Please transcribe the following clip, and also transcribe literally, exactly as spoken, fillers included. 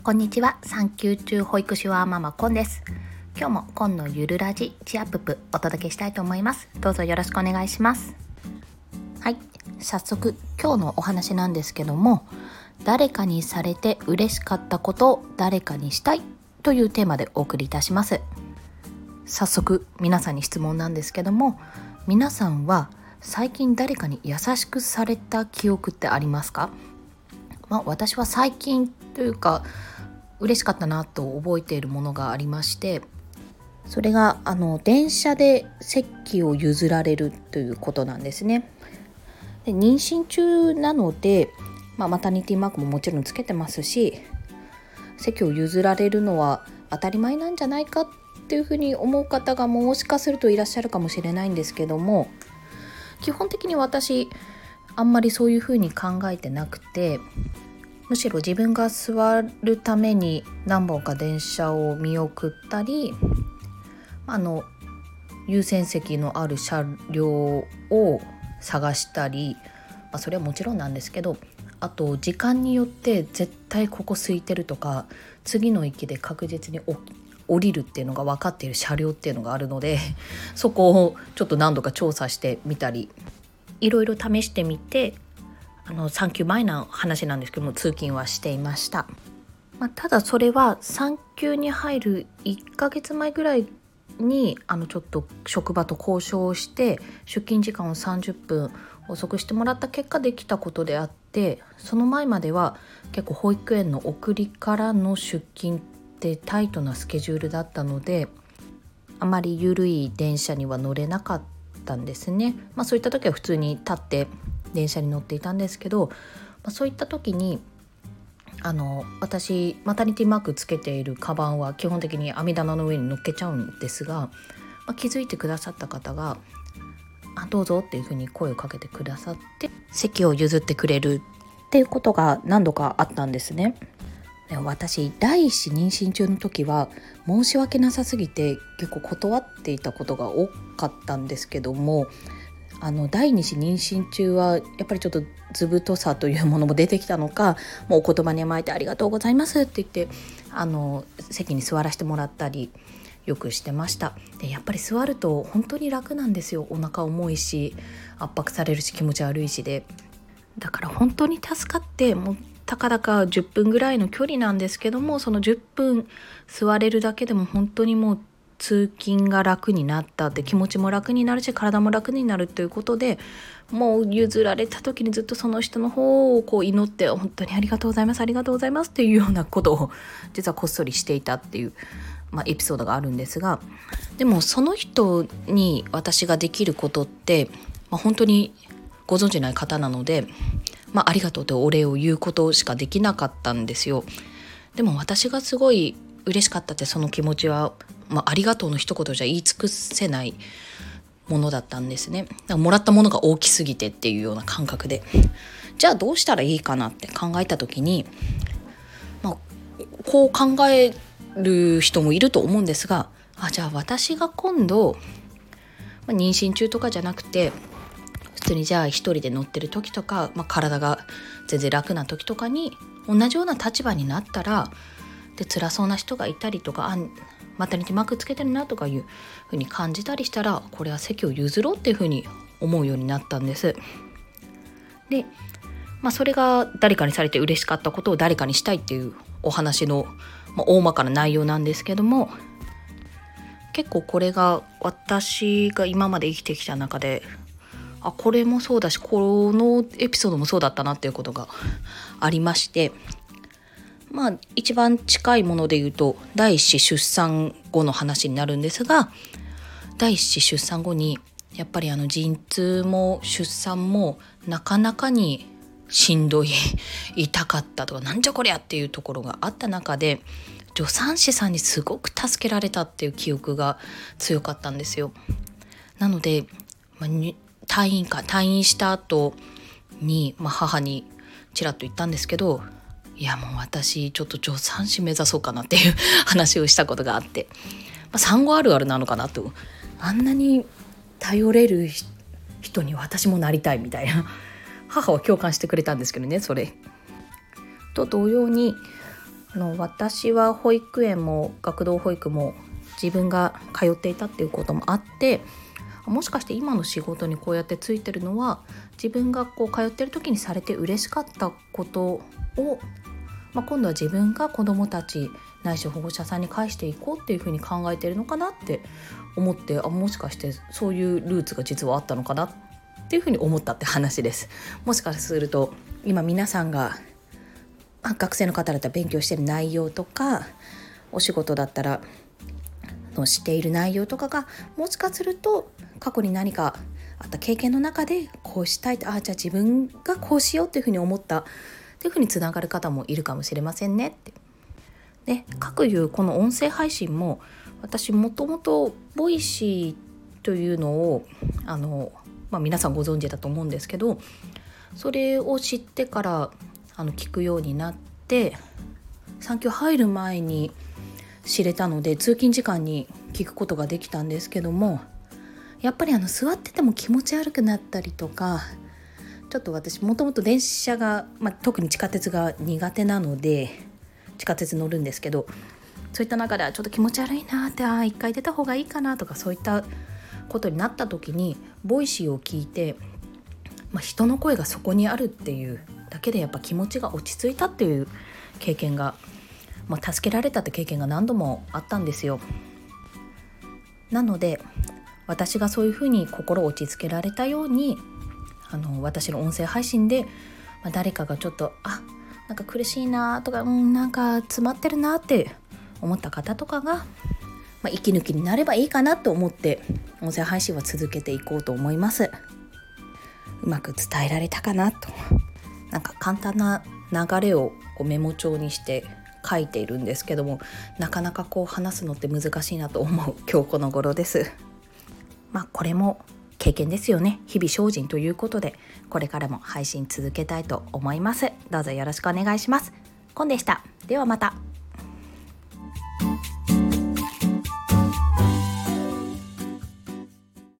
こんにちは。産休中保育士はママコンです。今日もコンのゆるラジチアッププお届けしたいと思います。どうぞよろしくお願いします。はい、早速今日のお話なんですけども、誰かにされて嬉しかったことを誰かにしたいというテーマでお送りいたします。早速皆さんに質問なんですけども、皆さんは最近誰かに優しくされた記憶ってありますか？まあ、私は最近というか嬉しかったなと覚えているものがありまして、それがあの電車で席を譲られるということなんですね。で妊娠中なので、まあ、マタニティマークももちろんつけてますし、席を譲られるのは当たり前なんじゃないかっていうふうに思う方がもしかするといらっしゃるかもしれないんですけども、基本的に私あんまりそういうふうに考えてなくて、むしろ自分が座るために何本か電車を見送ったり、あの優先席のある車両を探したり、まあ、それはもちろんなんですけど、あと時間によって絶対ここ空いてるとか、次の駅で確実に降りるっていうのが分かっている車両っていうのがあるので、そこをちょっと何度か調査してみたり、いろいろ試してみて、あの産休前の話なんですけども、通勤はしていました。まあ、ただそれは産休に入るいっかげつまえぐらいにあのちょっと職場と交渉して出勤時間をさんじゅっぷん遅くしてもらった結果できたことであって、その前までは結構保育園の送りからの出勤ってタイトなスケジュールだったので、あまり緩い電車には乗れなかったんですね。まあ、そういった時は普通に立って電車に乗っていたんですけど、まあ、そういった時にあの私マタニティマークつけているカバンは基本的に網棚の上に乗っけちゃうんですが、まあ、気づいてくださった方があどうぞっていうふうに声をかけてくださって席を譲ってくれるっていうことが何度かあったんですね。で私第一子妊娠中の時は申し訳なさすぎて結構断っていたことが多かったんですけども、あの第二子妊娠中はやっぱりちょっと図太さというものも出てきたのか、もうお言葉に甘えてありがとうございますって言ってあの席に座らせてもらったりよくしてました。でやっぱり座ると本当に楽なんですよ。お腹重いし圧迫されるし気持ち悪いしで、だから本当に助かって、もうたかだかじゅっぷんぐらいの距離なんですけども、そのじゅっぷん座れるだけでも本当にもう通勤が楽になったって、気持ちも楽になるし体も楽になるということで、もう譲られた時にずっとその人の方をこう祈って、本当にありがとうございますありがとうございますっていうようなことを実はこっそりしていたっていう、まあ、エピソードがあるんですが、でもその人に私ができることって、まあ、本当にご存じない方なので、まあ、ありがとうとお礼を言うことしかできなかったんですよ。でも私がすごい嬉しかったって、その気持ちはまあ、ありがとうの一言じゃ言い尽くせないものだったんですね。だからもらったものが大きすぎてっていうような感覚で、じゃあどうしたらいいかなって考えた時に、まあ、こう考える人もいると思うんですが、あじゃあ私が今度、まあ、妊娠中とかじゃなくて普通にじゃあ一人で乗ってる時とか、まあ、体が全然楽な時とかに同じような立場になったら、で辛そうな人がいたりとか、あマタニティマークつけてるなとかいうふうに感じたりしたら、これは席を譲ろうっていうふうに思うようになったんです。で、まあ、それが誰かにされて嬉しかったことを誰かにしたいっていうお話の、まあ、大まかな内容なんですけども、結構これが私が今まで生きてきた中で、あこれもそうだしこのエピソードもそうだったなっていうことがありまして、まあ、一番近いもので言うと第一子出産後の話になるんですが、第一子出産後にやっぱりあの陣痛も出産もなかなかにしんどい痛かったとかなんじゃこりゃっていうところがあった中で、助産師さんにすごく助けられたっていう記憶が強かったんですよ。なので、まあ、退院か退院した後に、まあ、母にちらっと言ったんですけど、いやもう私ちょっと助産師目指そうかなっていう話をしたことがあって、まあ、産後あるあるなのかなと、あんなに頼れる人に私もなりたいみたいな、母は共感してくれたんですけどね。それと同様にあの私は保育園も学童保育も自分が通っていたっていうこともあって、もしかして今の仕事にこうやってついてるのは自分がこう通ってる時にされて嬉しかったことを、まあ、今度は自分が子どもたちないし保護者さんに返していこうっていうふうに考えてるのかなって思って、あもしかしてそういうルーツが実はあったのかなっていうふうに思ったって話です。もしかすると今皆さんが学生の方だったら勉強している内容とか、お仕事だったらのしている内容とかがもしかすると過去に何かあった経験の中でこうしたいと、あじゃあ自分がこうしようというふうに思ったというふうにつながる方もいるかもしれませんねって。で、各いうこの音声配信も私もともとボイシーというのをあの、まあ、皆さんご存知だと思うんですけど、それを知ってからあの聞くようになって、産休入る前に知れたので通勤時間に聞くことができたんですけども、やっぱりあの座ってても気持ち悪くなったりとか、ちょっと私もともと電車が、まあ、特に地下鉄が苦手なので地下鉄乗るんですけど、そういった中ではちょっと気持ち悪いなって、あ一回出た方がいいかなとか、そういったことになった時にボイシーを聞いて、まあ、人の声がそこにあるっていうだけでやっぱ気持ちが落ち着いたっていう経験が、まあ、助けられたって経験が何度もあったんですよ。なので私がそういうふうに心を落ち着けられたように、あの私の音声配信で、まあ、誰かがちょっとあなんか苦しいなとか、うん、なんか詰まってるなって思った方とかが、まあ、息抜きになればいいかなと思って音声配信は続けていこうと思います。うまく伝えられたかなと。なんか簡単な流れをこうメモ帳にして書いているんですけども、なかなかこう話すのって難しいなと思う今日この頃です。まあこれも経験ですよね。日々精進ということで、これからも配信続けたいと思います。どうぞよろしくお願いします。コンでした。ではまた。